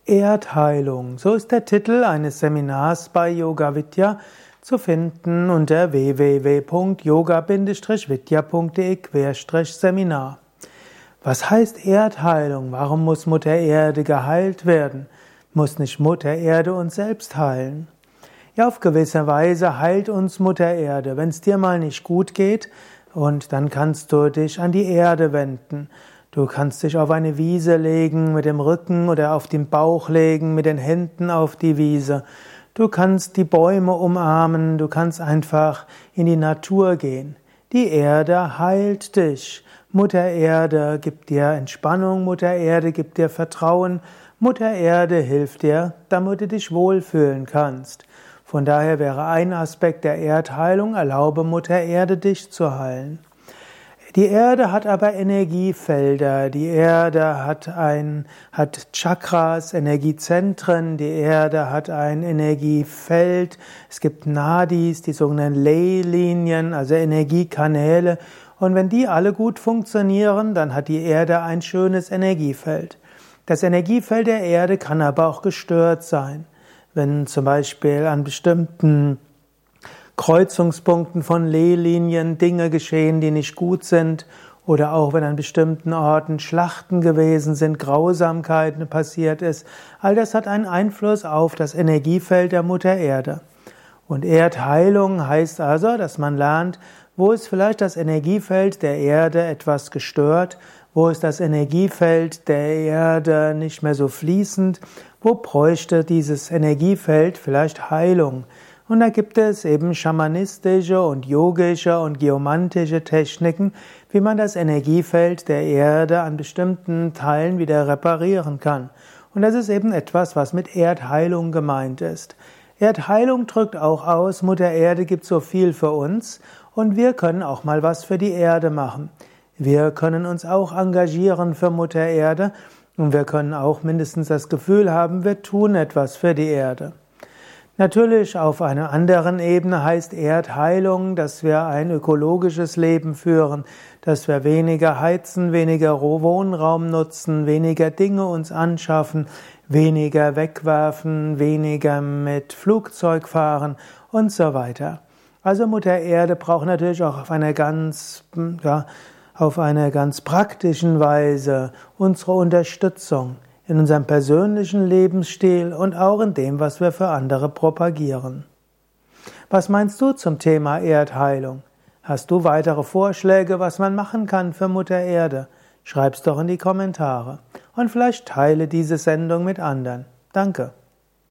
Erdheilung, so ist der Titel eines Seminars bei Yoga Vidya zu finden unter www.yoga-vidya.de/Seminar. Was heißt Erdheilung? Warum muss Mutter Erde geheilt werden? Muss nicht Mutter Erde uns selbst heilen? Ja, auf gewisse Weise heilt uns Mutter Erde. Wenn es dir mal nicht gut geht, und dann kannst du dich an die Erde wenden. Du kannst dich auf eine Wiese legen mit dem Rücken oder auf den Bauch legen mit den Händen auf die Wiese. Du kannst die Bäume umarmen, du kannst einfach in die Natur gehen. Die Erde heilt dich. Mutter Erde gibt dir Entspannung, Mutter Erde gibt dir Vertrauen, Mutter Erde hilft dir, damit du dich wohlfühlen kannst. Von daher wäre ein Aspekt der Erdheilung, erlaube Mutter Erde dich zu heilen. Die Erde hat aber Energiefelder, die Erde hat Chakras, Energiezentren, die Erde hat ein Energiefeld, es gibt Nadis, die sogenannten Leylinien, also Energiekanäle, und wenn die alle gut funktionieren, dann hat die Erde ein schönes Energiefeld. Das Energiefeld der Erde kann aber auch gestört sein, wenn zum Beispiel an bestimmten Kreuzungspunkten von Leylinien Dinge geschehen, die nicht gut sind, oder auch wenn an bestimmten Orten Schlachten gewesen sind, Grausamkeiten passiert ist. All das hat einen Einfluss auf das Energiefeld der Mutter Erde. Und Erdheilung heißt also, dass man lernt, wo ist vielleicht das Energiefeld der Erde etwas gestört, wo ist das Energiefeld der Erde nicht mehr so fließend, wo bräuchte dieses Energiefeld vielleicht Heilung. Und da gibt es eben schamanistische und yogische und geomantische Techniken, wie man das Energiefeld der Erde an bestimmten Teilen wieder reparieren kann. Und das ist eben etwas, was mit Erdheilung gemeint ist. Erdheilung drückt auch aus, Mutter Erde gibt so viel für uns und wir können auch mal was für die Erde machen. Wir können uns auch engagieren für Mutter Erde und wir können auch mindestens das Gefühl haben, wir tun etwas für die Erde. Natürlich auf einer anderen Ebene heißt Erdheilung, dass wir ein ökologisches Leben führen, dass wir weniger heizen, weniger Wohnraum nutzen, weniger Dinge uns anschaffen, weniger wegwerfen, weniger mit Flugzeug fahren und so weiter. Also Mutter Erde braucht natürlich auch auf einer ganz praktischen Weise unsere Unterstützung in unserem persönlichen Lebensstil und auch in dem, was wir für andere propagieren. Was meinst du zum Thema Erdheilung? Hast du weitere Vorschläge, was man machen kann für Mutter Erde? Schreib's doch in die Kommentare und vielleicht teile diese Sendung mit anderen. Danke.